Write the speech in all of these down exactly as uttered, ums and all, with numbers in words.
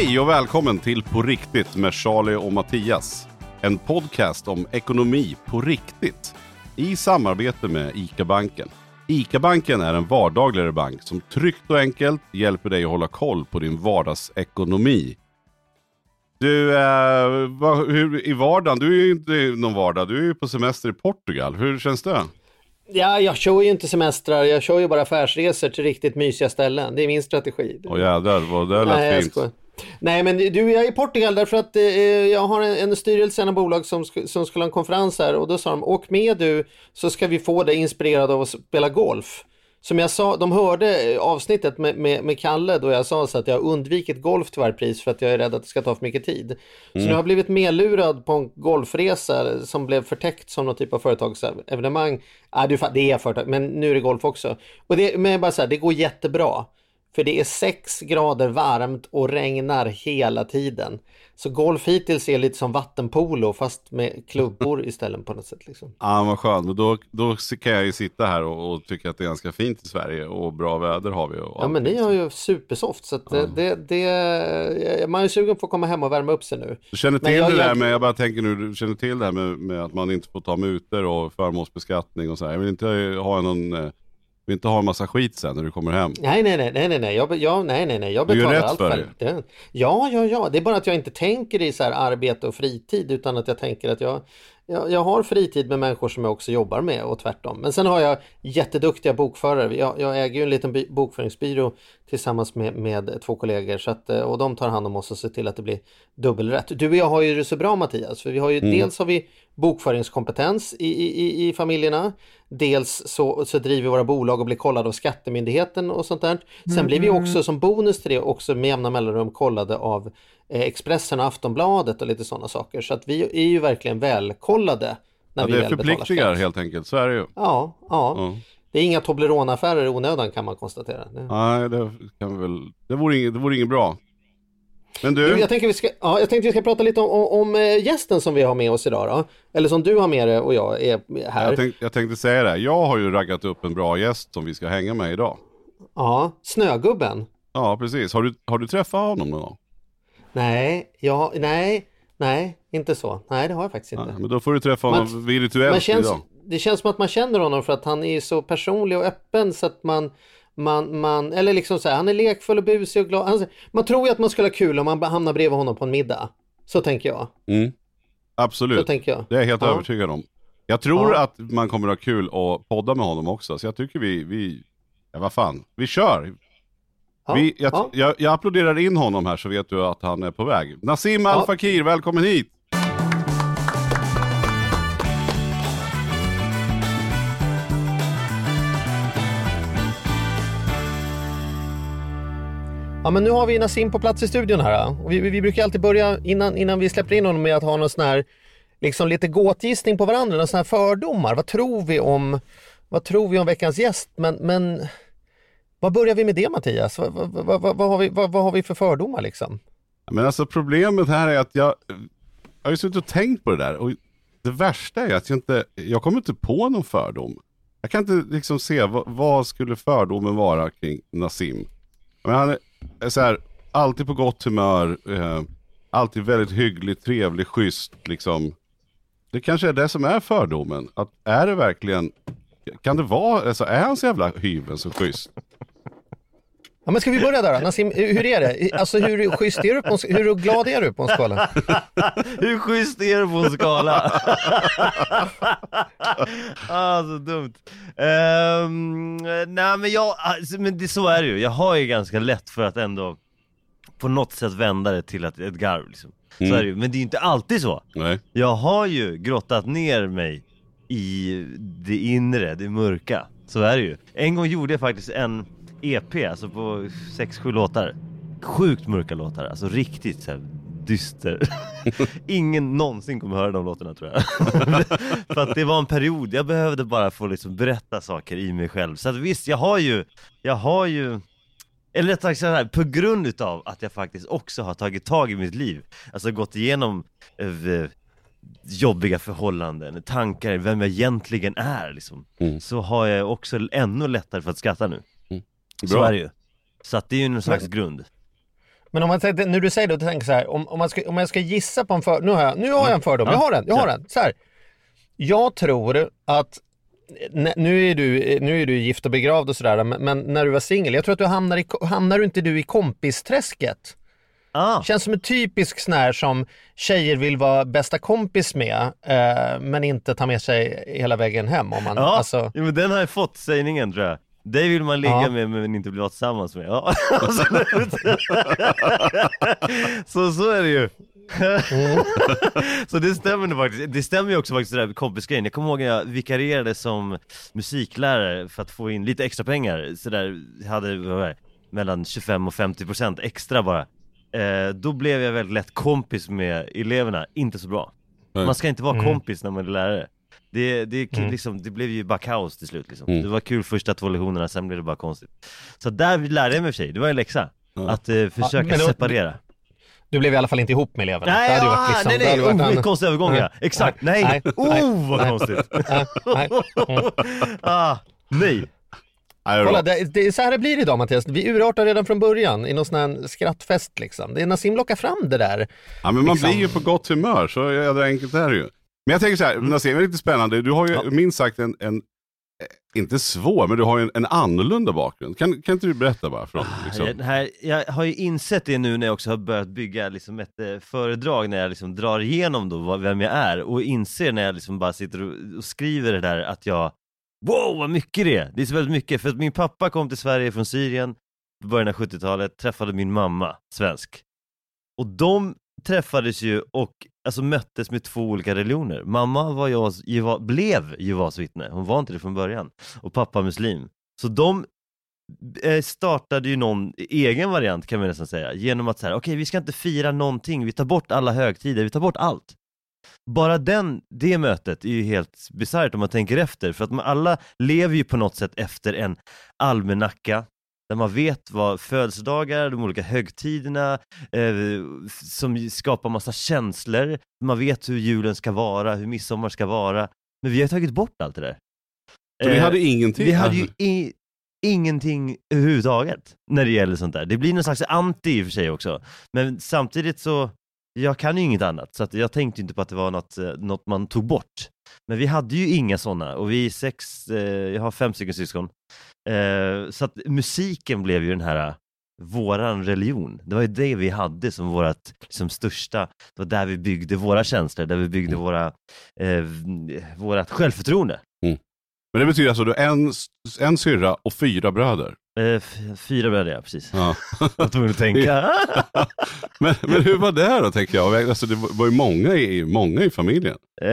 Hej och välkommen till På riktigt med Charlie och Mattias. En podcast om ekonomi på riktigt i samarbete med ICA-banken. ICA-banken är en vardagligare bank som tryggt och enkelt hjälper dig att hålla koll på din vardagsekonomi. Du, eh, vad, hur, i vardagen, du är ju inte någon vardag, du är ju på semester i Portugal. Hur känns det? Ja, jag kör ju inte semestrar, jag kör ju bara affärsresor till riktigt mysiga ställen. Det är min strategi. Åh jädrar, vad det lät fint. Nej, men du, jag är i Portugal därför att eh, jag har en, en styrelse, en bolag som, som skulle ha en konferens här. Och då sa de, åk med du så ska vi få dig inspirerad av att spela golf. Som jag sa, de hörde avsnittet med, med, med Kalle då jag sa så att jag har undvikit golf till varje pris för att jag är rädd att det ska ta för mycket tid. Mm. Så nu har jag blivit medlurad på en golfresa som blev förtäckt som någon typ av företagsevenemang. Ah, det är företag, men nu är det golf också. Och det, men bara så här, det går jättebra. För det är sex grader varmt och regnar hela tiden. Så golf hittills är lite som vattenpolo fast med klubbor istället på något sätt. Liksom. Ja, vad skönt. Men då, då kan jag ju sitta här och, och tycka att det är ganska fint i Sverige. Och bra väder har vi. Och ja, men ni har ju supersoft. Så att ja. det, det, man är sugen på att komma hem och värma upp sig nu. Du känner till jag, det där jag... med, jag bara tänker nu, du känner till det här med, med att man inte får ta mutor och förmånsbeskattning och så här. Jag vill inte ha någon... Vi inte ha en massa skit sen när du kommer hem. Nej, nej, nej, nej, nej, jag, jag, nej, nej, nej, jag betalar allt för det. Ja, ja, ja, det är bara att jag inte tänker i så här arbete och fritid utan att jag tänker att jag, jag, jag har fritid med människor som jag också jobbar med och tvärtom. Men sen har jag jätteduktiga bokförare. Jag, jag äger ju en liten by, bokföringsbyrå tillsammans med, med två kollegor så att, och de tar hand om oss och ser till att det blir dubbelrätt. Du och jag har ju det så bra, Mattias, för vi har ju mm. dels har vi bokföringskompetens i, i, i familjerna. Dels så, så driver vi våra bolag och blir kollade av Skattemyndigheten och sånt där. Sen mm. blir vi också som bonus till det också med jämna mellanrum kollade av eh, Expressen och Aftonbladet och lite sådana saker. Så att vi är ju verkligen välkollade när ja, vi väl väl betalar skatt. Det är förpliktigar helt enkelt, så är det ju. Ja, ja. ja. Det är inga Toblerone-affärer i onödan kan man konstatera. Det... Nej, det kan vi väl. Det vore inget, det vore inget bra. Men du... du jag, tänker vi ska, ja, jag tänkte vi ska prata lite om, om, om gästen som vi har med oss idag då. Eller som du har med dig och jag är här. Jag, tänk, jag tänkte säga det. Jag har ju raggat upp en bra gäst som vi ska hänga med idag. Ja, Snögubben. Ja, precis. Har du, har du träffat honom någon gång? Nej, ja, nej, nej, inte så. Nej, det har jag faktiskt inte. Nej, men då får du träffa honom man, virtuellt man känns, idag. Det känns som att man känner honom för att han är så personlig och öppen så att man... Man, man, eller liksom så här, han är lekfull och busig och glad. Han, man tror ju att man skulle ha kul om man hamnar bredvid honom på en middag. Så tänker jag. Mm. Absolut. Så tänker jag. Det är jag helt ja. övertygad om. Jag tror ja. att man kommer att ha kul och podda med honom också. Så jag tycker vi, vi ja vad fan, vi kör. Ja. Vi, jag, ja. jag, jag applåderar in honom här så vet du att han är på väg. Nassim ja. Al Fakir, välkommen hit. Ja, men nu har vi Nassim på plats i studion här. Och vi, vi, vi brukar alltid börja innan, innan vi släpper in honom med att ha någon sån här liksom lite gåtgissning på varandra, någon sån här fördomar. Vad tror vi om vad tror vi om veckans gäst? Men, men vad börjar vi med det, Mattias? Vad, vad, vad, vad, vad, har, vi, vad, vad har vi för fördomar liksom? Men alltså problemet här är att jag jag har ju suttit och tänkt på det där och det värsta är att jag inte jag kommer inte på någon fördom. Jag kan inte liksom se vad, vad skulle fördomen vara kring Nassim. Men han är så här, alltid på gott humör, eh, alltid väldigt hygglig, trevlig, schysst liksom. Det kanske är det som är fördomen. Att är det verkligen, kan det vara, alltså är han så jävla hyven så schysst? Ja, men ska vi börja där då? Nassim, hur är det? Alltså hur schysst är du på en, hur glad är du på en skala? Hur schysst är du på en skala? Ah, så dumt. Um, nej men jag, alltså, men det, så är det ju. Jag har ju ganska lätt för att ändå på något sätt vända det till att ett garv liksom. Mm. Så är det ju. Men det är ju inte alltid så. Nej. Jag har ju grottat ner mig i det inre, det mörka. Så är det ju. En gång gjorde jag faktiskt en E P, alltså på sex sju låtar. Sjukt mörka låtar, alltså riktigt så här dyster. Ingen någonsin kommer höra de låtarna, tror jag. För att det var en period, jag behövde bara få liksom berätta saker i mig själv. Så att visst, jag har ju jag har ju eller rätt sagt så här, på grund utav att jag faktiskt också har tagit tag i mitt liv, alltså gått igenom eh, jobbiga förhållanden, tankar, vem jag egentligen är liksom, mm. så har jag också ännu lättare för att skratta nu. Mm. Så är det ju. Så att det är ju en slags men, grund. Men om man säger, när du säger det, då tänker så här, om, om, man ska, om jag ska gissa på en för, nu har jag, nu har jag en fördom, jag har den, jag har den, så här. Jag tror att, nu är du, nu är du gift och begravd och sådär, men, men när du var singel, jag tror att du hamnar i, hamnar du inte du i kompisträsket? Ah. Känns som en typisk sån här som tjejer vill vara bästa kompis med, eh, men inte ta med sig hela vägen hem. Om man, ja, alltså... ja, men den har jag fått sägningen, tror jag. Det vill man ligga ja. med men inte bli tillsammans med. Ja. så så är det ju. Mm. Så det stämmer nu faktiskt. Det stämmer ju också faktiskt, det där kompisgrejen. Jag kommer ihåg när jag vikarierade som musiklärare för att få in lite extra pengar. Så där hade jag mellan tjugofem och femtio procent extra bara. Eh, då blev jag väldigt lätt kompis med eleverna. Inte så bra. Mm. Man ska inte vara kompis när man är lärare. Det, det, mm. liksom, det blev ju bara kaos till slut liksom. Mm. Det var kul första två lektionerna, sen blev det bara konstigt. Så där lärde jag mig för sig. Det var en läxa. Mm. Att eh, försöka ja, då, separera. Du blev i alla fall inte ihop med eleverna. Nej, det hade ja, varit liksom, nej, nej, det hade oh, en konstig övergång, ja. Exakt, nej, nej. nej. Oh, vad nej. konstigt. nej. Mm. ah, nej. Kolla, det, det är så här det blir idag, Mattias. Vi urartar redan från början i någon sån här skrattfest liksom. Det är Nassim lockar fram det där. Ja, men man liksom. blir ju på gott humör, så är det enkelt är det ju. Men jag tänker så här, mm. Nassim, det är lite spännande. Du har ju ja. minst sagt en, en, inte svår, men du har ju en, en annorlunda bakgrund. Kan, kan inte du berätta bara? Från, liksom? jag, här, jag har ju insett det nu när jag också har börjat bygga liksom ett eh, föredrag, när jag liksom drar igenom då vem jag är. Och inser när jag liksom bara sitter och, och skriver det där att jag wow, vad mycket det är. Det är så väldigt mycket. För att min pappa kom till Sverige från Syrien i början av sjuttiotalet, träffade min mamma, svensk. Och de träffades ju och alltså möttes med två olika religioner. Mamma var jag, Jeva, blev Jehovas vittne. Hon var inte det från början. Och pappa muslim. Så de eh, startade ju någon egen variant, kan man nästan säga. Genom att säga, okej, okay, vi ska inte fira någonting. Vi tar bort alla högtider. Vi tar bort allt. Bara den, det mötet är ju helt bisarrt om man tänker efter. För att man alla lever ju på något sätt efter en almanacka. Där man vet vad födelsedagar, de olika högtiderna eh, som skapar massa känslor. Man vet hur julen ska vara, hur midsommar ska vara. Men vi har tagit bort allt det där. Så eh, vi hade ingenting? Vi hade ju i, ingenting överhuvudtaget när det gäller sånt där. Det blir någon slags anti i och för sig också. Men samtidigt så, jag kan ju inget annat. Så att jag tänkte inte på att det var något, något man tog bort. Men vi hade ju inga sådana. Och vi är sex, eh, jag har fem stycken syskon. Uh, så att musiken blev ju den här våran religion. Det var ju det vi hade som vårat liksom, största. Det var där vi byggde våra känslor, där vi byggde mm. våra uh, vårat självförtroende. Mm. Men det betyder alltså du en en syrra och fyra bröder. Uh, f- fyra bröder, ja, precis. Ja. Jag tror att tänka. men men hur var det då, tänker jag? Alltså det var ju många i många i familjen. Uh,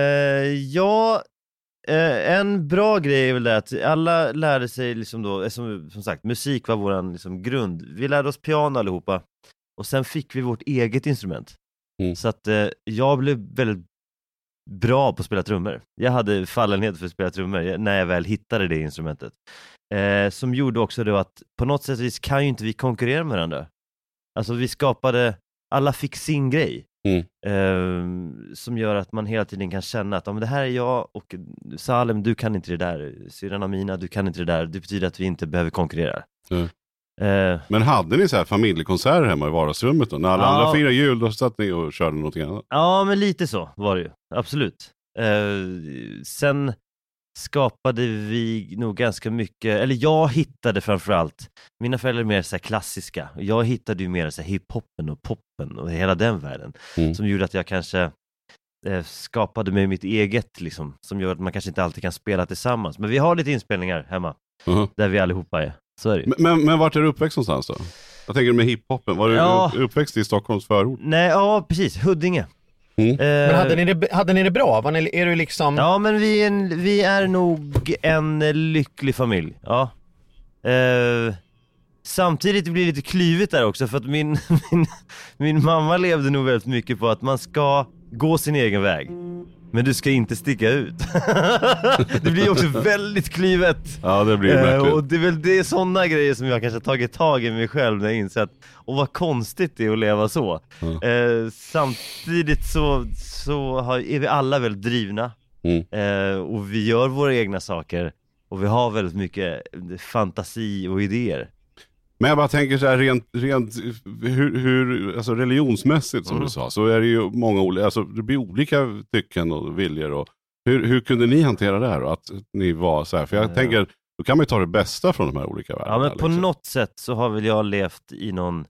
ja. Eh, en bra grej är väl det att alla lärde sig liksom då, som, som sagt, musik var våran liksom grund. Vi lärde oss piano allihopa och sen fick vi vårt eget instrument. Mm. Så att eh, jag blev väldigt bra på att spela trummor. Jag hade fallenhet för att spela trummor när jag väl hittade det instrumentet. Eh, som gjorde också då att på något sätt kan ju inte vi konkurrera med varandra. Alltså vi skapade, alla fick sin grej. Mm. Eh, som gör att man hela tiden kan känna att ja, men det här är jag och Salem, du kan inte det där, syrran Amina, du kan inte det där. Det betyder att vi inte behöver konkurrera. Mm. eh, Men hade ni så här familjekonserter hemma i vardagsrummet då? När alla ja. andra firar jul, då satt ni och körde någonting annat? Ja, men lite så var det ju, absolut. eh, Sen skapade vi nog ganska mycket, eller jag hittade framförallt, mina föräldrar är mer så här klassiska, och jag hittade ju mer så här hiphoppen och poppen och hela den världen, mm. som gjorde att jag kanske eh, skapade mig mitt eget liksom, som gör att man kanske inte alltid kan spela tillsammans, men vi har lite inspelningar hemma, uh-huh. där vi allihopa är, så är det. Men, men, men vart är du uppväxt någonstans då? Jag tänker med hiphoppen, var du ja. uppväxt i Stockholms förort? Nej, ja precis, Huddinge. Mm. Men hade ni det, hade ni det bra? Var ni, är du liksom... Ja, men vi är, en, vi är nog en lycklig familj. Ja. Eh, samtidigt blir det lite klyvigt där också, för att min, min, min mamma levde nog väldigt mycket på att man ska gå sin egen väg. Men du ska inte sticka ut. Det blir också väldigt klyvet. Ja, det blir verkligen. Eh, och det är väl det sådana grejer som jag kanske tagit tag i mig själv när jag inser att, och vad konstigt det är att leva så. Mm. Eh, samtidigt så, så har, är vi alla väldigt drivna. Mm. Eh, och vi gör våra egna saker. Och vi har väldigt mycket fantasi och idéer. Men jag bara tänker så här rent, rent hur, hur, alltså religionsmässigt som mm. du sa, så är det ju många olika, alltså det blir olika tycken och viljor. Och hur, hur kunde ni hantera det här då? Att ni var så här, för jag ja. tänker, då kan man ju ta det bästa från de här olika världarna. Ja, men på liksom. något sätt så har väl jag levt i någon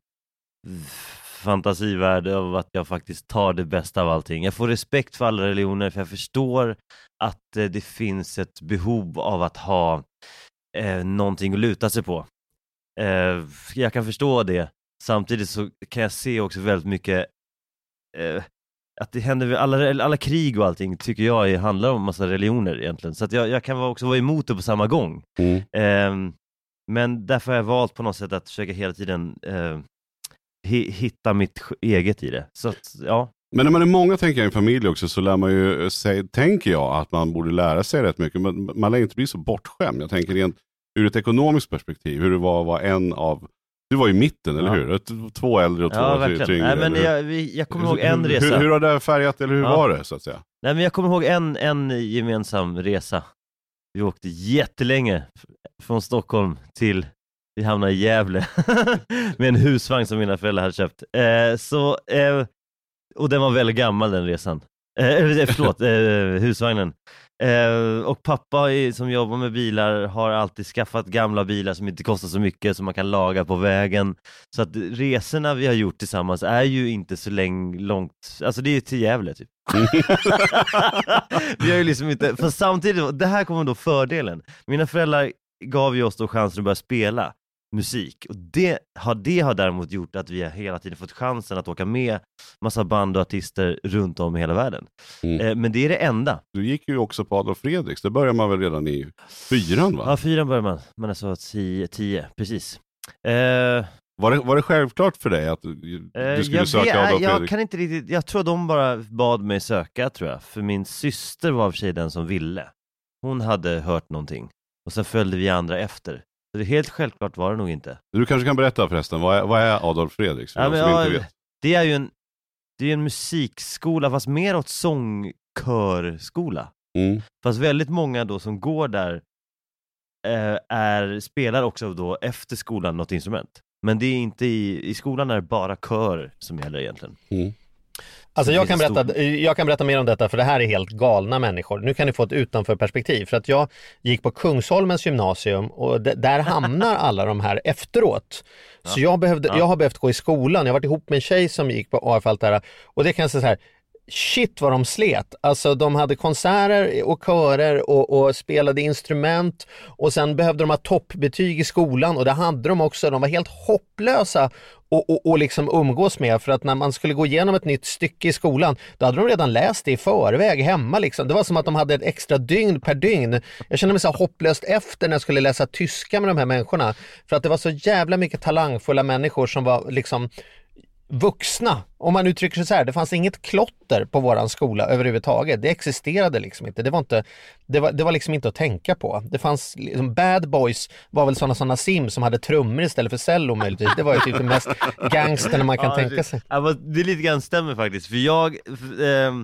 fantasivärld av att jag faktiskt tar det bästa av allting. Jag får respekt för alla religioner, för jag förstår att eh, det finns ett behov av att ha eh, någonting att luta sig på. Eh, jag kan förstå det. Samtidigt så kan jag se också väldigt mycket eh, att det händer, alla, alla krig och allting tycker jag handlar om massa religioner egentligen. Så att jag, jag kan också vara emot det på samma gång. Mm. Eh, men därför har jag valt på något sätt att försöka hela tiden eh, hitta mitt eget i det. Så att, ja. Men när man är många, tänker jag, i en familj också, så lär man ju sig, tänker jag, att man borde lära sig rätt mycket. Men man lär inte bli så bortskämd. Jag tänker rent ur ett ekonomiskt perspektiv, hur det var, var en av, du var i mitten, eller ja. hur? Två äldre och två ja, yngre. Nej, men jag, vi, jag kommer ihåg en resa. Hur, hur har det färgat, eller hur ja. var det, så att säga? Nej, men jag kommer ihåg en, en gemensam resa. Vi åkte jättelänge från Stockholm till, vi hamnade i Gävle med en husvagn som mina föräldrar hade köpt. Eh, så, eh, och den var väldigt gammal, den resan. Eh, förlåt, eh, husvagnen. Eh, och pappa som jobbar med bilar har alltid skaffat gamla bilar som inte kostar så mycket, som man kan laga på vägen. Så att resorna vi har gjort tillsammans är ju inte så länge, långt, alltså det är ju till Gävle typ. Vi har ju liksom inte, för samtidigt, det här kommer då fördelen. Mina föräldrar gav ju oss då chansen att börja spela musik, och det har, det har däremot gjort att vi har hela tiden fått chansen att åka med massa band och artister runt om i hela världen. Mm. Eh, men det är det enda. Du gick ju också på Adolf Fredriks, det börjar man väl redan i fyran, va? Ja, fyran börjar man, man är så tio, tio precis. Eh, var, det, var det självklart för dig att du, du skulle jag söka vet, Adolf jag Fredrik? Kan inte riktigt, jag tror de bara bad mig söka, tror jag, för min syster var för sig den som ville. Hon hade hört någonting och sen följde vi andra efter. Så det är helt självklart var det nog inte. Du kanske kan berätta förresten, vad är, vad är Adolf Fredriks? Ja, men, ja, inte vet. Det är ju en, det är en musikskola, fast mer åt sångkörskola. Mm. Fast väldigt många då som går där eh, är, spelar också då efter skolan något instrument. Men det är inte i, i skolan är det bara kör som gäller egentligen. Mm. Alltså jag kan, berätta, jag kan berätta mer om detta, för det här är helt galna människor. Nu kan ni få ett utanför perspektiv. För att jag gick på Kungsholmens gymnasium, och d- där hamnar alla de här efteråt. Ja. Så jag, behövde, ja. jag har behövt gå i skolan. Jag har varit ihop med en tjej som gick på A F Altara. Och det kan jag säga så här, shit vad de slet. Alltså de hade konserter och körer och, och spelade instrument, och sen behövde de ha toppbetyg i skolan, och det hade de också. De var helt hopplösa och, och, och liksom umgås med, för att när man skulle gå igenom ett nytt stycke i skolan, då hade de redan läst det i förväg hemma liksom. Det var som att de hade ett extra dygn per dygn. Jag kände mig så hopplöst efter när jag skulle läsa tyska med de här människorna, för att det var så jävla mycket talangfulla människor som var liksom vuxna, om man uttrycker sig så här. Det fanns inget klotter på våran skola överhuvudtaget. Det existerade liksom inte. Det var inte det var, det var liksom inte att tänka på. Det fanns liksom, bad boys var väl sådana sådana sim som hade trummor istället för cello möjligtvis. Det var ju typ det mest gangster man kan ja, tänka det, sig. Ja, det är lite grann stämmer faktiskt. För jag ähm,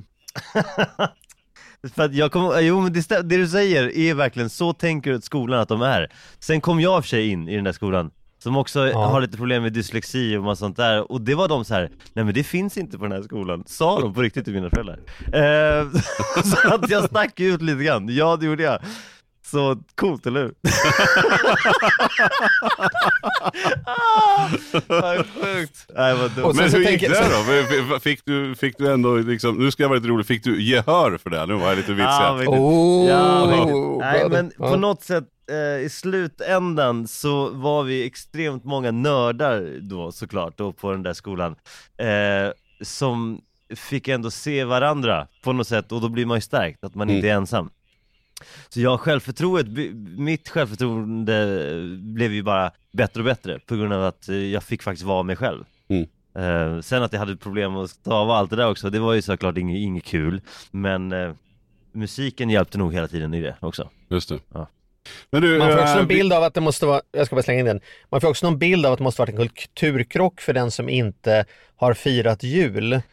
för att jag kom, jo, men det, det du säger är verkligen så, tänker att skolan att de är. Sen kom jag för sig in i den där skolan som också ja. har lite problem med dyslexi och massa sånt där. Och det var de så här, nej men det finns inte på den här skolan. Sa de på riktigt till mina föräldrar. Eh, så att jag stack ut lite grann. Ja, det gjorde jag. Så coolt, eller hur? ah, sjukt. Nej, vad men hur gick det då? Fick du, fick du ändå liksom, nu ska jag vara lite rolig, fick du gehör för det? Nu var jag lite vitsig. Ah, oh, ja, nej, men på ja. något sätt eh, i slutändan så var vi extremt många nördar då, såklart, då på den där skolan. Eh, som fick ändå se varandra på något sätt, och då blir man ju stärkt att man mm. inte är ensam. Så jag självförtroende, mitt självförtroende blev ju bara bättre och bättre på grund av att jag fick faktiskt vara mig själv. Mm. Uh, sen att jag hade problem att stava allt det där också, det var ju såklart inget, inget kul. Men uh, musiken hjälpte nog hela tiden i det också. Just det. Ja. Men du, man får också en bild av att det måste vara, jag ska bara slänga in den. Man får också en bild av att det måste vara en kulturkrock för den som inte har firat jul.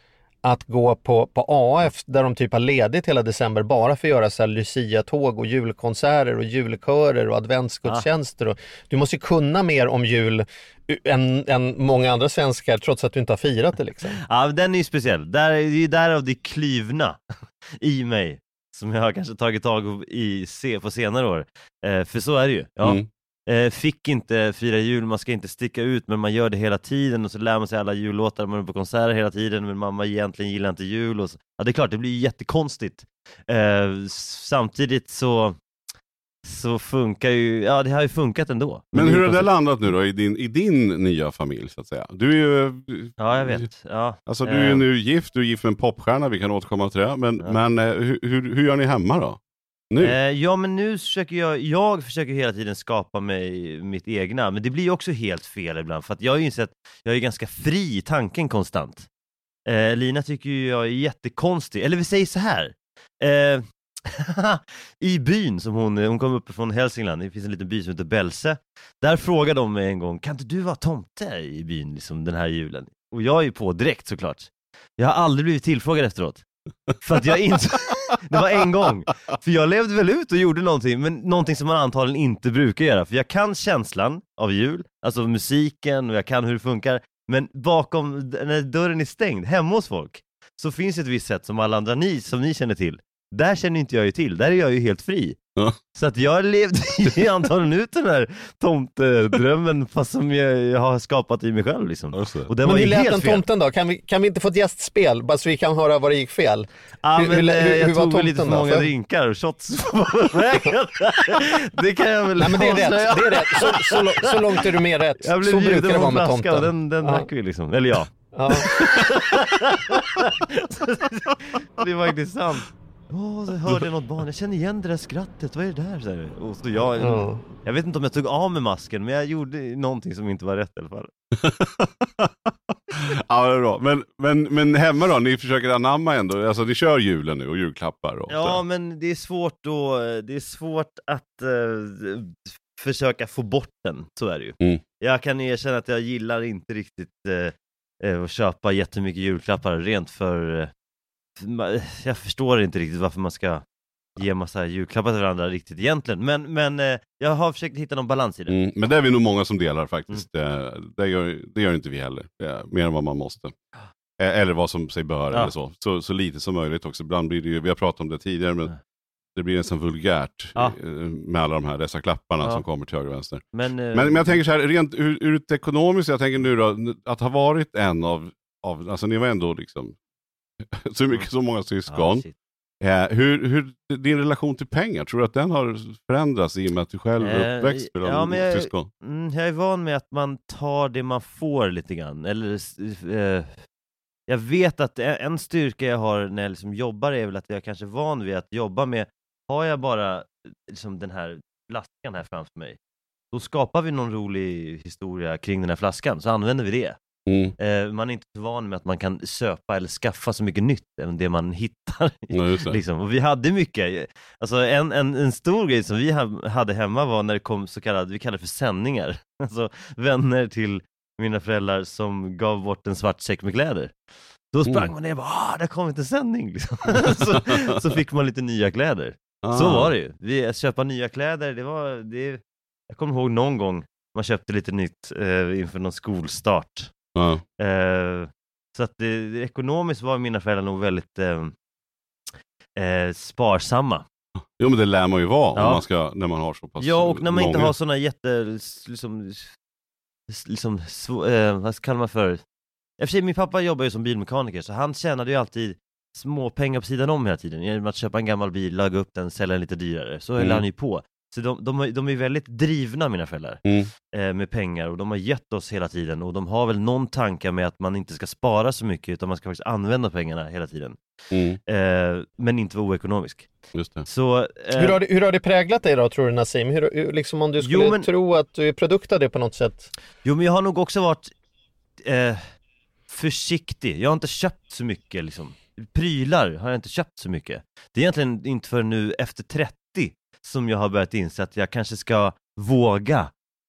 att gå på, på A F där de typ har ledigt hela december bara för att göra så här Lucia-tåg och julkonserter och julkörer och adventsgudstjänster. Och du måste ju kunna mer om jul än, än många andra svenskar trots att du inte har firat det liksom. Ja, den är ju speciell. Där är ju därav det klyvna i mig som jag har kanske tagit tag i se, på senare år. Eh, för så är det ju. Ja. Mm. Eh, fick inte fira jul, man ska inte sticka ut, men man gör det hela tiden och så lär man sig alla jullåtar, man är på konserter hela tiden, men mamma egentligen gillar inte jul och så. Ja, det är klart, det blir jättekonstigt. Eh, samtidigt så så funkar ju, ja det har ju funkat ändå. Men, men hur har det landat nu då i din, i din nya familj så att säga? Du är ju... Ja, jag vet. Ja. Alltså du är ju nu gift, du är gift med en popstjärna, vi kan återkomma till det, men, ja. men hur, hur, hur gör ni hemma då? Nu? Eh, ja men nu försöker jag, jag försöker hela tiden skapa mig mitt egna, men det blir också helt fel ibland för att jag har ju insett, jag är ganska fri i tanken konstant. Eh, Lina tycker ju jag är jättekonstig, eller vi säger så här. Eh, i byn som hon, hon kom upp från Hälsingland, det finns en liten by som heter Bälse. Där frågade de mig en gång, kan inte du vara tomte i byn liksom, den här julen? Och jag är ju på direkt såklart. Jag har aldrig blivit tillfrågad efteråt. För att jag inte... Det var en gång. För jag levde väl ut och gjorde någonting, men någonting som man antagligen inte brukar göra. För jag kan känslan av jul, alltså musiken, och jag kan hur det funkar. Men bakom, när dörren är stängd, hemma hos folk, så finns ett visst sätt som alla andra ni, som ni känner till. Där känner inte jag ju till, där är jag ju helt fri. Ja. Så att jag levde i antagligen ut den här tomtedrömmen fast som jag, jag har skapat i mig själv liksom. Och den men var hur lät helt den tomten då? Kan vi, kan vi inte få ett gästspel bara så vi kan höra vad det gick fel? Ja, hur, men hur, hur, jag hur tog väl lite för många för... drinkar och shots. Det kan jag väl. Nej, men det är rätt, det är rätt. Så, så, så långt är du med rätt. Jag blev så brukar det vara med tomten. Den, den ja. drack vi liksom, eller ja. Ja. Det var inte sant. Åh, oh, så hörde jag något barn. Jag känner igen det där skrattet. Vad är det där? Så här. Och så jag, mm. jag vet inte om jag tog av med masken, men jag gjorde någonting som inte var rätt i alla fall. Ja, det är bra. Men, men, men hemma då, ni försöker anamma ändå. Alltså, ni kör julen nu och julklappar. Och ja, men det är svårt då. Det är svårt att uh, försöka få bort den. Så är det ju. Mm. Jag kan erkänna att jag gillar inte riktigt uh, uh, att köpa jättemycket julklappar rent för... Uh, jag förstår inte riktigt varför man ska ge massa julklappar till varandra riktigt egentligen. Men, men eh, jag har försökt hitta någon balans i det. Mm, men det är vi nog många som delar faktiskt. Mm. Det, gör, det gör inte vi heller. Mer än vad man måste. Eller vad som sig bör ja. eller så. så. Så lite som möjligt också. Ibland blir det ju, vi har pratat om det tidigare, men det blir nästan vulgärt ja. med alla de här dessa klapparna ja. som kommer till höger och vänster. Men, eh, men, men jag tänker så här, rent ur, ur ett ekonomiskt, jag tänker nu då, att ha varit en av, av alltså ni var ändå liksom så mycket, så många syskon. Ah, eh, hur, hur din relation till pengar, tror du att den har förändrats i och med att du själv är uppväxt med ja, men jag, syskon? Jag är van med att man tar det man får lite grann. Eller, eh, jag vet att en styrka jag har när jag liksom jobbar är väl att jag kanske är van vid att jobba med, har jag bara liksom den här flaskan här framför mig, då skapar vi någon rolig historia kring den här flaskan, så använder vi det. Mm. Eh, man är inte så van med att man kan söpa eller skaffa så mycket nytt än det man hittar. Ja, liksom. Och vi hade mycket. Alltså en, en, en stor grej som vi ha, hade hemma var när det kom så kallade, vi kallar det för sändningar. Alltså vänner till mina föräldrar som gav bort en svart säck med kläder. Då sprang mm. man ner och bara, ah, där kom inte en sändning. Liksom. så, så fick man lite nya kläder. Ah. Så var det ju. Vi att köpa nya kläder, det var, det, jag kommer ihåg någon gång man köpte lite nytt eh, inför någon skolstart. Uh. Uh, så att det, det, ekonomiskt var mina föräldrar nog väldigt uh, uh, sparsamma. Jo, men det lär man ju vara ja. om man ska, när man har så pass ja, och när man många. inte har såna jätte liksom, liksom sv- uh, vad kallar man för, i och för sig, min pappa jobbar ju som bilmekaniker, så han tjänade ju alltid små pengar på sidan om hela tiden genom att köpa en gammal bil, laga upp den, sälja den lite dyrare, så höll mm. han ju på. Så de, de, de är väldigt drivna, mina föräldrar, mm. eh, med pengar, och de har gett oss hela tiden, och de har väl någon tanke med att man inte ska spara så mycket utan man ska faktiskt använda pengarna hela tiden. Mm. Eh, men inte vara oekonomisk. Just det. Så, eh, hur, har det, hur har det präglat dig då, tror du, Nassim? Hur, liksom om du skulle jo, men, tro att du är produkt av det på något sätt? Jo, men jag har nog också varit eh, försiktig. Jag har inte köpt så mycket liksom. Prylar har jag inte köpt så mycket. Det är egentligen inte för nu efter trettio som jag har börjat inse att jag kanske ska våga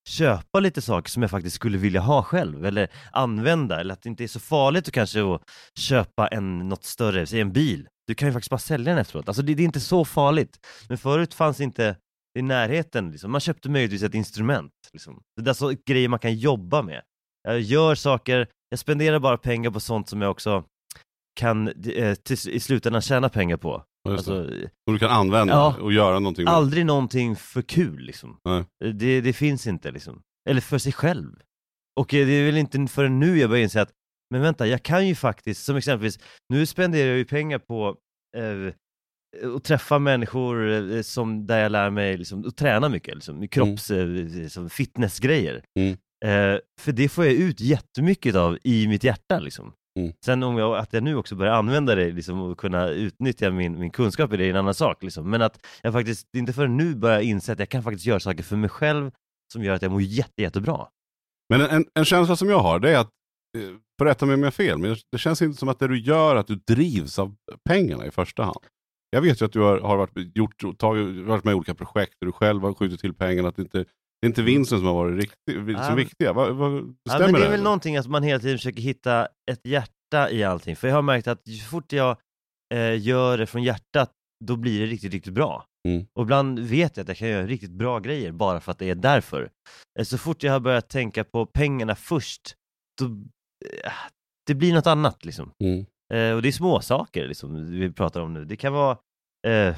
köpa lite saker som jag faktiskt skulle vilja ha själv eller använda, eller att det inte är så farligt att kanske att köpa en, något större, säg en bil. Du kan ju faktiskt bara sälja den efteråt. Alltså det, det är inte så farligt. Men förut fanns inte i närheten liksom. Man köpte möjligtvis ett instrument liksom. Det är så grejer man kan jobba med. Jag gör saker, jag spenderar bara pengar på sånt som jag också kan eh, till, i slutändan tjäna pengar på. Alltså, och du kan använda ja, och göra någonting med. Aldrig någonting för kul liksom. Det, det finns inte liksom. Eller för sig själv. Och det är väl inte förrän nu jag börjar inse att men vänta, jag kan ju faktiskt, som exempelvis, nu spenderar jag ju pengar på eh, att träffa människor eh, som där jag lär mig liksom, att träna mycket, liksom, kropps, mm. eh, som fitnessgrejer. Mm. Eh, för det får jag ut jättemycket av i mitt hjärta liksom. Mm. Sen om jag, att jag nu också börjar använda det liksom, och kunna utnyttja min, min kunskap i det är en annan sak liksom. Men att jag faktiskt inte förrän nu börjar inse att jag kan faktiskt göra saker för mig själv som gör att jag mår jätte, jättebra. Men en, en känsla som jag har, det är att, för rätta mig om jag har fel, men det känns inte som att det du gör att du drivs av pengarna i första hand. Jag vet ju att du har, har varit, gjort, tagit, varit med i olika projekt där du själv har skjutit till pengarna, att det inte det är inte vinsten som har varit riktigt, som um, viktiga. Va, va, ja, men det är det, väl någonting att man hela tiden försöker hitta ett hjärta i allting. För jag har märkt att så fort jag eh, gör det från hjärtat, då blir det riktigt, riktigt bra. Mm. Och ibland vet jag att jag kan göra riktigt bra grejer bara för att det är därför. Eh, så fort jag har börjat tänka på pengarna först, då eh, det blir något annat liksom. Mm. Eh, och det är små saker liksom, vi pratar om nu. Det kan vara... Eh,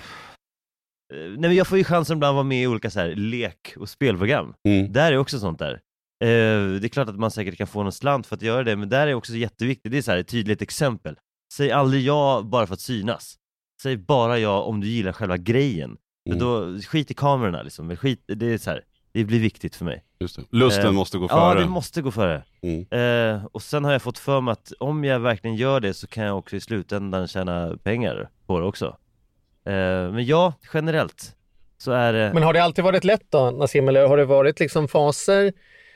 Nej, men jag får ju chansen ibland att vara med i olika så här lek- och spelprogram. Mm. Där är också sånt där. Eh, det är klart att man säkert kan få någon slant för att göra det, men där är också så jätteviktigt. Det är så här ett tydligt exempel. Säg aldrig ja bara för att synas. Säg bara ja om du gillar själva grejen. Mm. För då, skit i kamerorna liksom. Men skit, det är så här, det blir viktigt för mig. Just det. Lusten eh, måste gå före. Ja, det måste gå före. Mm. Eh, och sen har jag fått för mig att om jag verkligen gör det så kan jag också i slutändan tjäna pengar på det också. Men ja, generellt så är det... Men har det alltid varit lätt då, Nassim? Eller har det varit liksom faser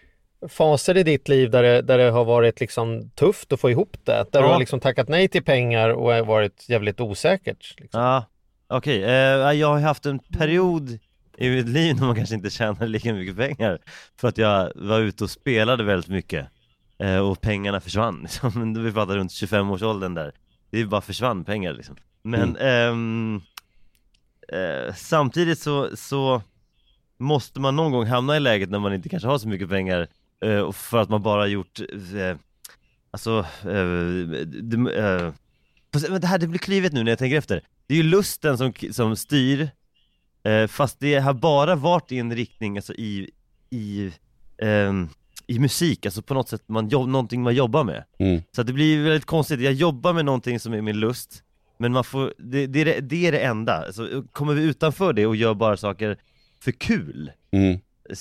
faser i ditt liv där det, där det har varit liksom tufft att få ihop det? Där ja. Du har liksom tackat nej till pengar och har varit jävligt osäkert? Liksom. Ja, okej. Okay. Uh, jag har haft en period i mitt liv när man kanske inte tjänade lika mycket pengar. För att jag var ute och spelade väldigt mycket. Uh, och pengarna försvann. Liksom. Vi pratade runt tjugofem-årsåldern där. Det bara försvann pengar liksom. Men... Mm. Um, Eh, samtidigt så, så måste man någon gång hamna i läget när man inte kanske har så mycket pengar eh, för att man bara gjort eh, alltså eh, det, eh, det här det blir klivet nu när jag tänker efter. Det är ju lusten som, som styr eh, fast det har bara varit i en riktning alltså i, i, eh, i musik, alltså på något sätt man jobb, någonting man jobbar med. Mm. Så att det blir väldigt konstigt. Jag jobbar med någonting som är min lust. Men man får, det, det, är det, det är det enda. Alltså, kommer vi utanför det och gör bara saker för kul, mm.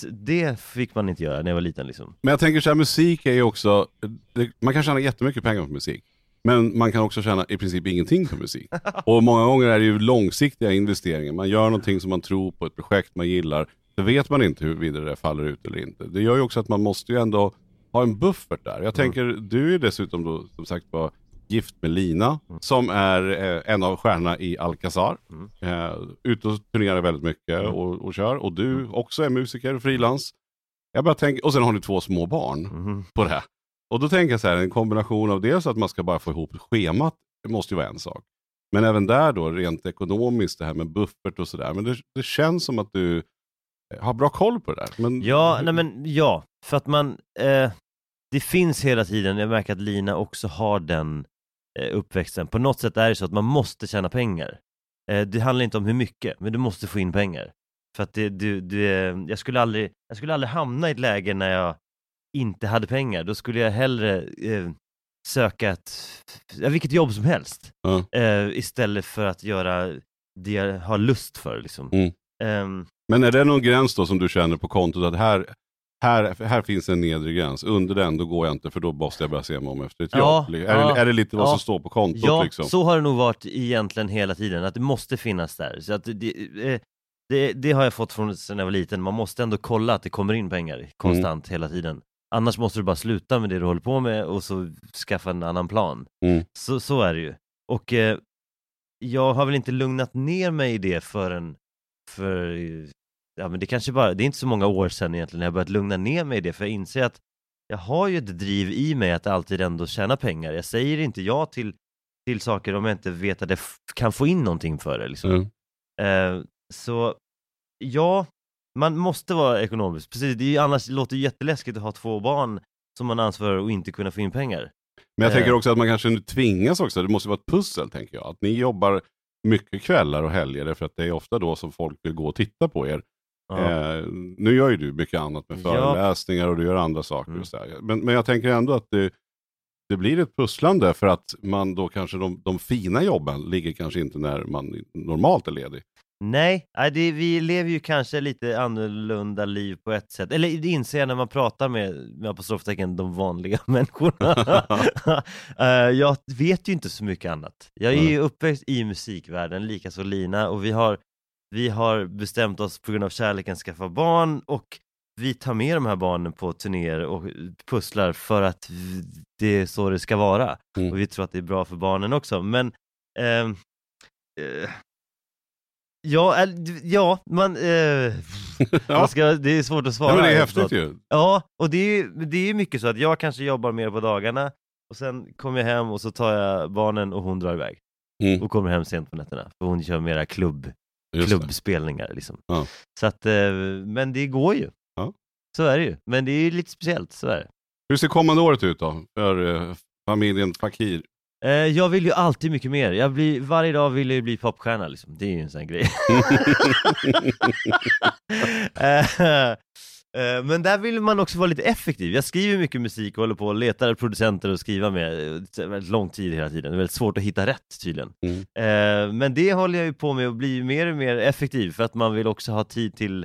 det fick man inte göra när jag var liten liksom. Men jag tänker så här, musik är ju också, det, man kan tjäna jättemycket pengar på musik. Men man kan också tjäna i princip ingenting på musik. Och många gånger är det ju långsiktiga investeringar. Man gör någonting som man tror på, ett projekt man gillar. Så vet man inte hur vidare det faller ut eller inte. Det gör ju också att man måste ju ändå ha en buffert där. Jag tänker, mm. du är dessutom då som sagt var gift med Lina, mm. som är eh, en av stjärnorna i Alcazar. Mm. Eh, ute och turnerar väldigt mycket mm. och, och kör. Och du mm. också är musiker och frilans. Jag bara tänker, och sen har ni två små barn mm. på det här. Och då tänker jag så här, en kombination av dels att man ska bara få ihop schemat, det måste ju vara en sak. Men även där då, rent ekonomiskt, det här med buffert och sådär. Men det, det känns som att du har bra koll på det där. Men... Ja, nej men ja. För att man, eh, det finns hela tiden, jag märker att Lina också har den eh, uppväxten. På något sätt är det så att man måste tjäna pengar. Eh, det handlar inte om hur mycket, men du måste få in pengar. För att det, du, du, jag, skulle aldrig, jag skulle aldrig hamna i ett läge när jag inte hade pengar. Då skulle jag hellre eh, söka ett, ja, vilket jobb som helst. Mm. Eh, istället för att göra det jag har lust för. Liksom. Mm. Um, Men är det någon gräns då som du känner på kontot att här, här, här finns en nedre gräns? Under den då går jag inte, för då måste jag börja se mig om efter ett ja, jobb. Är, ja, det, är det lite vad ja, som står på kontot? Ja, liksom? Så har det nog varit egentligen hela tiden. Att det måste finnas där. Så att det, det, det har jag fått från när jag var liten. Man måste ändå kolla att det kommer in pengar konstant mm. hela tiden. Annars måste du bara sluta med det du håller på med och så skaffa en annan plan. Mm. Så, så är det ju. Och eh, jag har väl inte lugnat ner mig i det förrän för ja men det kanske bara, det är inte så många år sedan egentligen när jag börjat lugna ner mig i det, för jag inser att jag har ju ett driv i mig att alltid ändå tjäna pengar. Jag säger inte ja till, till saker om jag inte vet att jag f- kan få in någonting för det liksom. Mm. Eh, så ja, man måste vara ekonomisk. Precis, det är ju, annars låter det jätteläskigt att ha två barn som man ansvarar och inte kunna få in pengar. Men jag eh. tänker också att man kanske nu tvingas också, det måste vara ett pussel tänker jag. Att ni jobbar mycket kvällar och helger för att det är ofta då som folk vill gå och titta på er. Ja. Eh, nu gör ju du mycket annat med föreläsningar och du gör andra saker. Mm. Och så där. Men, men jag tänker ändå att det, det blir ett pusslande för att man då kanske de, de fina jobben ligger kanske inte när man normalt är ledig. Nej, nej det, vi lever ju kanske lite annorlunda liv på ett sätt. Eller det inser jag när man pratar med, med apostroftecken, de vanliga människorna. uh, jag vet ju inte så mycket annat. Jag är ju uppväxt i musikvärlden, lika så Lina. Och vi har, vi har bestämt oss på grund av kärleken skaffa barn. Och vi tar med de här barnen på turnéer och pusslar för att det är så det ska vara. Mm. Och vi tror att det är bra för barnen också. Men... Uh, uh, Ja, ja, man, eh, ja. man ska, det är svårt att svara. Ja, men det är häftigt ju. Ja, och det är, det är mycket så att jag kanske jobbar mer på dagarna och sen kommer jag hem och så tar jag barnen och hon drar iväg. Mm. Och kommer hem sent på nätterna. För hon kör mera klubb, klubbspelningar liksom. Ja. Så att, eh, men det går ju. Ja. Så är det ju. Men det är lite speciellt, så är det. Hur ser kommande året ut då? För eh, familjen Fakir? Eh, jag vill ju alltid mycket mer. Jag blir, varje dag vill jag bli popstjärna liksom. Det är ju en sån grej. eh, eh, men där vill man också vara lite effektiv. Jag skriver mycket musik och håller på och letar producenter och skriva med väldigt lång tid hela tiden. Det är väldigt svårt att hitta rätt tydligen. Mm. Eh, men det håller jag ju på med att bli mer och mer effektiv för att man vill också ha tid till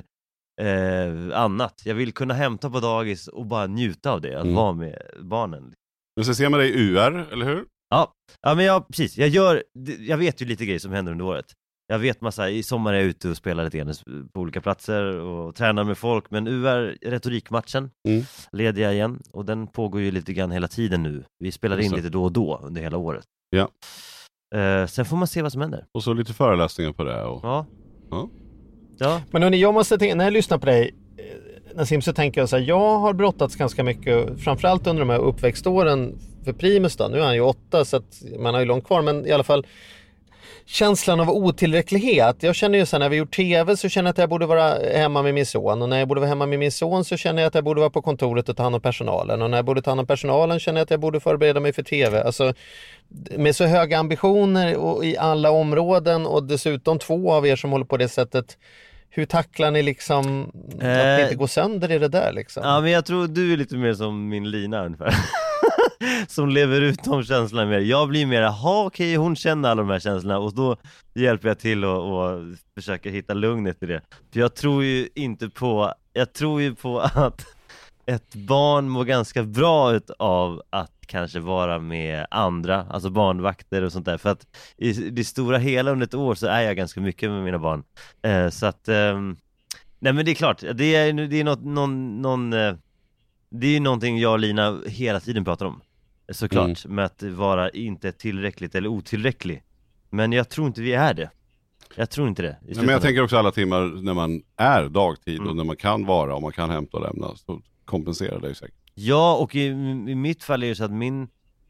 eh, annat. Jag vill kunna hämta på dagis och bara njuta av det. Att mm. vara med barnen. Men så ser man dig i U R, eller hur? Ja, ja men jag, precis. Jag, gör, jag vet ju lite grejer som händer under året. Jag vet massa, i sommar är jag ute och spelar lite grann på olika platser och tränar med folk. Men U R, retorikmatchen, mm. leder jag igen. Och den pågår ju lite grann hela tiden nu. Vi spelar in lite då och då under hela året. Ja. Uh, sen får man se vad som händer. Och så lite föreläsningar på det. Och... Ja. ja. ja. Men hörni, jag måste tänka, när jag lyssnar på dig, Nassim, så tänker jag så här, jag har brottats ganska mycket, framförallt under de här uppväxtåren för Primus då. Nu är han ju åtta så att man har ju långt kvar, men i alla fall känslan av otillräcklighet. Jag känner ju så här, när vi gjort tv så känner jag att jag borde vara hemma med min son, och när jag borde vara hemma med min son så känner jag att jag borde vara på kontoret och ta hand om personalen, och när jag borde ta hand om personalen känner jag att jag borde förbereda mig för tv. Alltså med så höga ambitioner och i alla områden, och dessutom två av er som håller på det sättet. Hur tacklar ni liksom att det inte går sönder i det där liksom? Ja, men jag tror du är lite mer som min Lina ungefär. Som lever ut de känslorna mer. Jag blir mer, ha okej, hon känner alla de här känslorna, och då hjälper jag till och, och försöker hitta lugnet i det. För jag tror ju inte på, jag tror ju på att ett barn mår ganska bra ut av att kanske vara med andra, alltså barnvakter och sånt där. För att i det stora hela under ett år så är jag ganska mycket med mina barn. Eh, så att, eh, nej men det är klart, det är, det är något, någon, någon eh, det är ju någonting jag och Lina hela tiden pratar om. Såklart, mm. med att vara inte tillräckligt eller otillräcklig. Men jag tror inte vi är det. Jag tror inte det. Nej, men jag tänker också alla timmar när man är dagtid mm. och när man kan vara och man kan hämta och lämna, så kompenserar det ju säkert. Ja, och i, i mitt fall är det så att min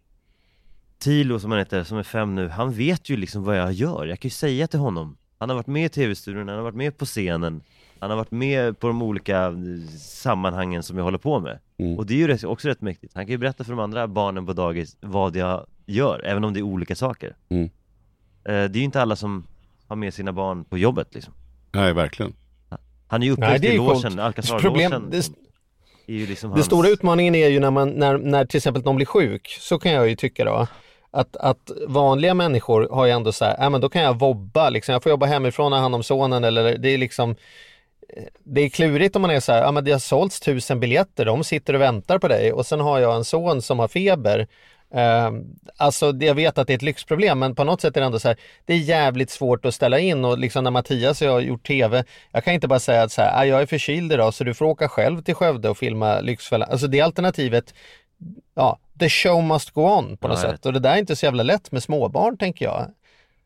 Tilo som han heter, som är fem nu, han vet ju liksom vad jag gör. Jag kan ju säga till honom. Han har varit med i tv-studion, han har varit med på scenen. Han har varit med på de olika sammanhangen som jag håller på med. Mm. Och det är ju också rätt mäktigt. Han kan ju berätta för de andra barnen på dagis vad jag gör, även om det är olika saker. Mm. Det är ju inte alla som har med sina barn på jobbet liksom. Nej, verkligen. Han är ju uppväxt i logen, Alcazar-logen. Det, är ju liksom det hans... stora utmaningen är ju när, man, när, när till exempel någon blir sjuk, så kan jag ju tycka då att, att vanliga människor har ju ändå så här, äh, men då kan jag vobba, liksom. Jag får jobba hemifrån och hand om sonen, eller det är liksom, det är klurigt om man är så här, ja, men det har sålts tusen biljetter, de sitter och väntar på dig, och sen har jag en son som har feber. Uh, alltså jag vet att det är ett lyxproblem, men på något sätt är det ändå så här, det är jävligt svårt att ställa in. Och liksom när Mattias och jag har gjort tv, jag kan inte bara säga att så här, jag är förkyld idag så du får åka själv till Skövde och filma Lyxfällan. Alltså det alternativet, ja, the show must go on på något ja, sätt. Och det där är inte så jävla lätt med småbarn, tänker jag.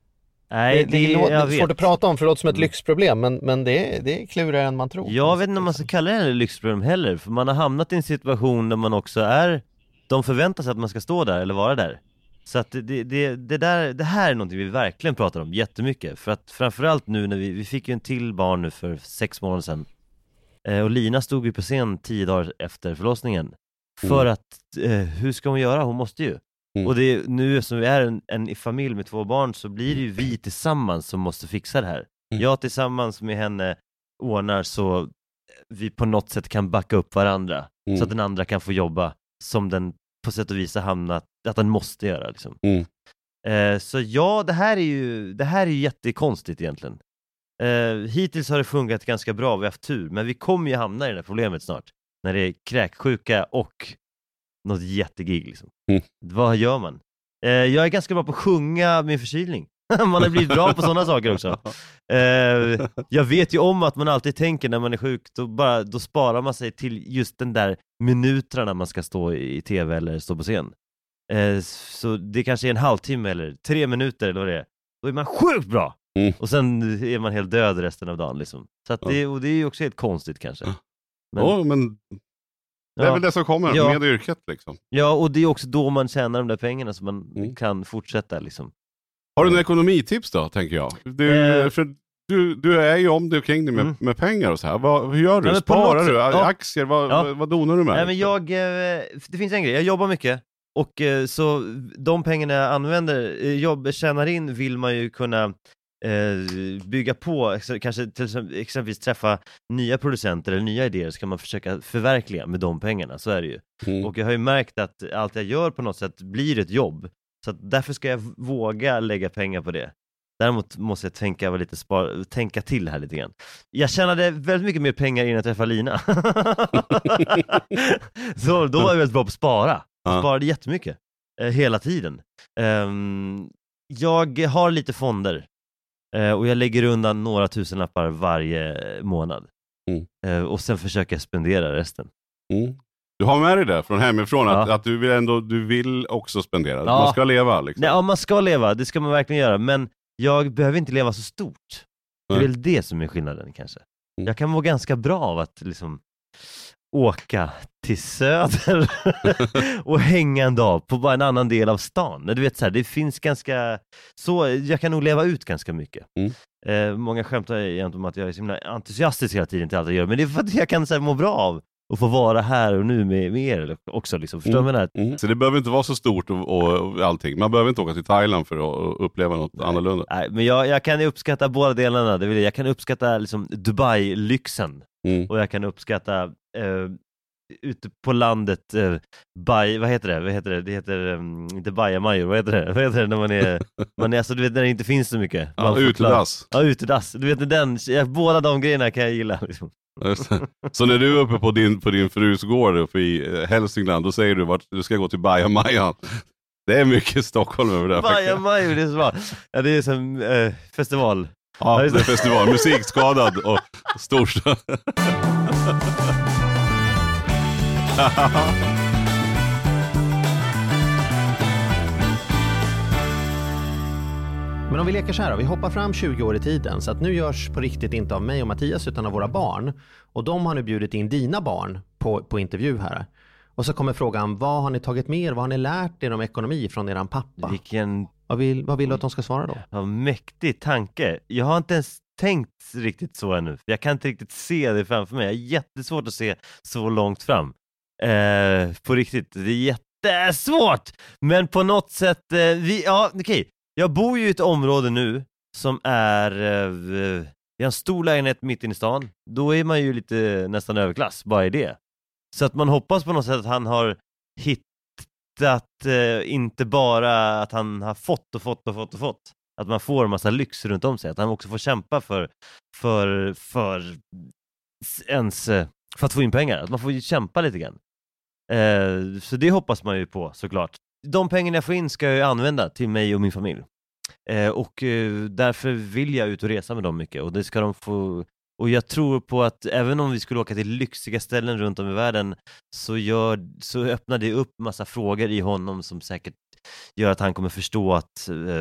Nej, det, det, det, är, jag det är svårt vet. att prata om för det låter som ett Mm. lyxproblem, men, men det, är, det är klurigare än man tror. Jag vet inte om man ska kalla det här lyxproblem heller, för man har hamnat i en situation där man också är, de förväntar sig att man ska stå där eller vara där. Så att det, det, det, där, det här är någonting vi verkligen pratar om jättemycket. För att framförallt nu när vi, vi fick ju en till barn nu för sex månader sedan. Eh, och Lina stod ju på scen tio dagar efter förlossningen. För Mm. att, eh, hur ska hon göra? Hon måste ju. Mm. Och det, nu som vi är en, en familj med två barn så blir det ju vi tillsammans som måste fixa det här. Mm. Jag tillsammans med henne ordnar så vi på något sätt kan backa upp varandra. Mm. Så att den andra kan få jobba som den på sätt och vis har hamnat, att den måste göra liksom. Mm. Eh, så ja, det här är ju det här är ju jättekonstigt egentligen. Eh, hittills har det fungerat ganska bra, vi har haft tur, men vi kommer ju hamna i det här problemet snart. När det är kräksjuka och något jättegig liksom. Mm. Vad gör man? Eh, jag är ganska bra på att sjunga min förkylning. Man har blivit bra på sådana saker också. Eh, jag vet ju om att man alltid tänker när man är sjuk, då, bara, då sparar man sig till just den där minuterna man ska stå i tv eller stå på scen. Eh, så det kanske är en halvtimme eller tre minuter eller vad det är. Då är man sjukt bra! Mm. Och sen är man helt död resten av dagen liksom. Så att det, och det är ju också helt konstigt kanske. Men, oh, men det är ja. väl det som kommer Ja. med yrket liksom. Ja, och det är också då man tjänar de där pengarna så man Mm. kan fortsätta liksom. Har du några ekonomitips då, tänker jag? Du, Eh. för du, du är ju om det och kring dig med, Mm. med pengar och så här. Vad, hur gör du? Ja, men på Sparar något du? sätt- ja. Aktier? Vad, Ja. vad, vad donar du med? Nej, men jag, eh, det finns en grej, jag jobbar mycket och eh, så de pengarna jag använder, eh, jobb, tjänar in vill man ju kunna eh, bygga på, ex- kanske till exempel, exempelvis träffa nya producenter eller nya idéer, så kan man försöka förverkliga med de pengarna, så är det ju. Mm. Och jag har ju märkt att allt jag gör på något sätt blir ett jobb, så att därför ska jag våga lägga pengar på det. Däremot måste jag tänka, lite spar- tänka till här lite grann. Jag tjänade väldigt mycket mer pengar innan jag träffade Lina. Så då var jag väldigt bra på att spara. Jag Ja. sparade jättemycket. Eh, hela tiden. Ehm, jag har lite fonder. Eh, och jag lägger undan några tusenlappar varje månad. Mm. Eh, och sen försöker jag spendera resten. Mm. Du har med dig det från hemifrån, att, Ja. att du vill ändå, du vill också spendera. Ja. Man ska leva liksom. Nej, ja, man ska leva, det ska man verkligen göra. Men jag behöver inte leva så stort. Det är Nej. väl det som är skillnaden kanske. Mm. Jag kan må ganska bra av att liksom åka till söder och hänga en dag på bara en annan del av stan. Du vet så här, det finns ganska så, jag kan nog leva ut ganska mycket. Mm. Eh, många skämtar egentligen om att jag är så himla entusiastisk hela tiden till allt jag gör, men det är för att jag kan så här, må bra av och få vara här och nu med, med er också liksom. Förstår du Mm. vad jag menar? Mm. Så det behöver inte vara så stort och, och, och allting. Man behöver inte åka till Thailand för att uppleva något Nej. annorlunda. Nej, men jag, jag kan uppskatta båda delarna. Det vill jag. jag kan uppskatta liksom Dubai-lyxen Mm. och jag kan uppskatta eh, ute på landet eh, baj, vad heter det? Vad heter det? Det heter um, inte bajamajor, vad heter det? Vad heter det när man är, man är alltså, du vet när det inte finns så mycket. Man Ja, får utedass. klar- Ja, utedass. Du vet den, ja, båda de grejerna kan jag gilla liksom. Så när du är uppe på din, på din frus gård uppe i eh, Hälsingland, då säger du att du ska gå till Bajamajan. Det är mycket Stockholm över det. Bajamajor, det är så bra. Ja, det är som eh, festival. Ja, det är festival. Musikskadad och storstad. Men om vi leker så här då, vi hoppar fram tjugo år i tiden, så att nu görs på riktigt inte av mig och Mattias utan av våra barn. Och de har nu bjudit in dina barn på, på intervju här. Och så kommer frågan, vad har ni tagit med er? Vad har ni lärt er om ekonomi från eran pappa? Vilken Vad vill, vad vill du att de ska svara då? ja, mäktig tanke. Jag har inte ens tänkt riktigt så ännu. Jag kan inte riktigt se det framför mig. Jag har jättesvårt att se så långt fram. Eh, på riktigt, det är jättesvårt. Men på något sätt, eh, vi, ja okej. Okay. Jag bor ju i ett område nu som är, eh, vi har en stor lägenhet mitt inne i stan. Då är man ju lite nästan överklass, bara i det. Så att man hoppas på något sätt att han har hittat, eh, inte bara att han har fått och fått och fått och fått. Att man får en massa lyx runt om sig. Att han också får kämpa för, för, för ens, för att få in pengar. Att man får kämpa lite grann. Eh, så det hoppas man ju på såklart. De pengarna jag får in ska jag använda till mig och min familj. Eh, och eh, därför vill jag ut och resa med dem mycket. Och det ska de få. Och jag tror på att även om vi skulle åka till lyxiga ställen runt om i världen, så, gör, så öppnar det upp massa frågor i honom som säkert gör att han kommer förstå att eh,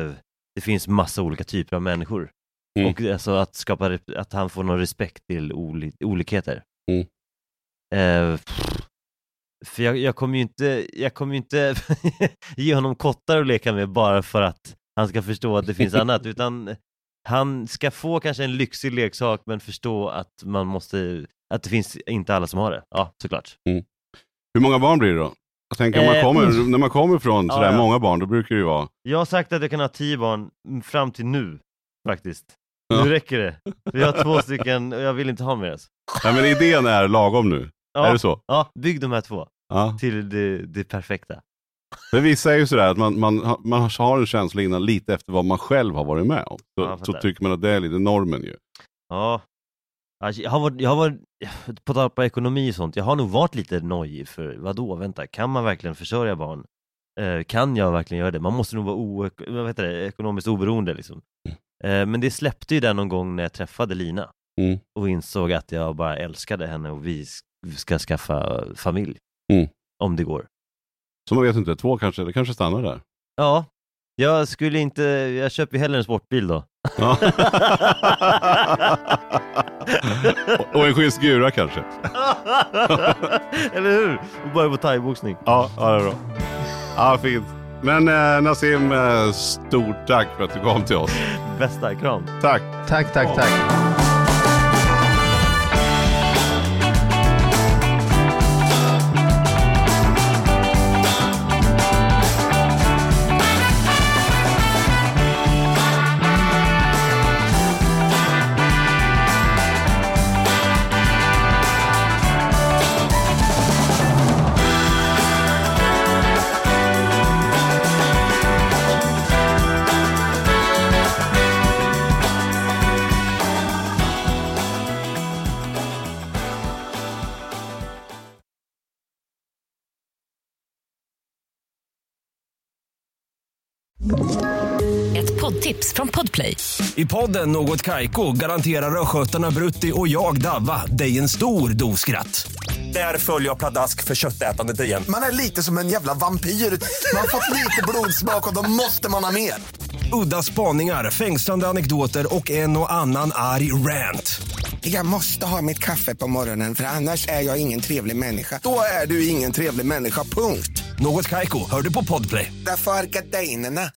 det finns massa olika typer av människor. Mm. Och alltså att skapa, att han får någon respekt till oli, olikheter. Mm. Eh, för jag, jag kommer ju inte, jag kommer ju inte ge honom kottar att leka med bara för att han ska förstå att det finns annat, utan han ska få kanske en lyxig leksak men förstå att man måste, att det finns inte alla som har det. Ja, såklart. Mm. Hur många barn blir det då? Jag tänker, man kommer, eh, när man kommer från sådär ja, ja. många barn, då brukar det ju vara... Jag har sagt att jag kan ha tio barn fram till nu, faktiskt. Ja. Nu räcker det. Vi har två stycken och jag vill inte ha mer. Alltså. Ja, men idén är lagom nu. Ja, är det så? Ja, bygg de här två. Ja. Till det, det perfekta. För vissa är ju sådär att man, man, man har en känsla innan lite efter vad man själv har varit med om. Så, ja, så tycker man att det är lite normen ju. Ja. Jag har varit, jag har varit på tal på ekonomi och sånt. Jag har nog varit lite nojig för, vadå, vänta, kan man verkligen försörja barn? Eh, kan jag verkligen göra det? Man måste nog vara o, vad heter det, ekonomiskt oberoende liksom. Mm. Eh, men det släppte ju den någon gång när jag träffade Lina. Mm. Och insåg att jag bara älskade henne och vi ska skaffa familj. Mm. Om det går. Så man vet inte, två kanske, det kanske stannar där. Ja, jag skulle inte, jag köper ju hellre en sportbil då. Ja. Och en schysst gura kanske. Eller hur? Och börja på thaiboxning. Ja, ja, det är bra. Ja, fint. Men eh, Nassim, eh, stort tack för att du kom till oss. Bästa, kram. Tack. Tack, tack, tack. Ett poddtips från Podplay. I podden Något Kaiko garanterar röskötarna Brutti och jag Davva dig en stor doskratt. Där följer jag pladask för köttätandet igen. Man är lite som en jävla vampyr. Man har fått lite blodsmak och då måste man ha mer. Udda spaningar, fängslande anekdoter och en och annan arg rant. Jag måste ha mitt kaffe på morgonen för annars är jag ingen trevlig människa. Då är du ingen trevlig människa, punkt. Något Kaiko, hör du på Podplay. Därför är gardinerna.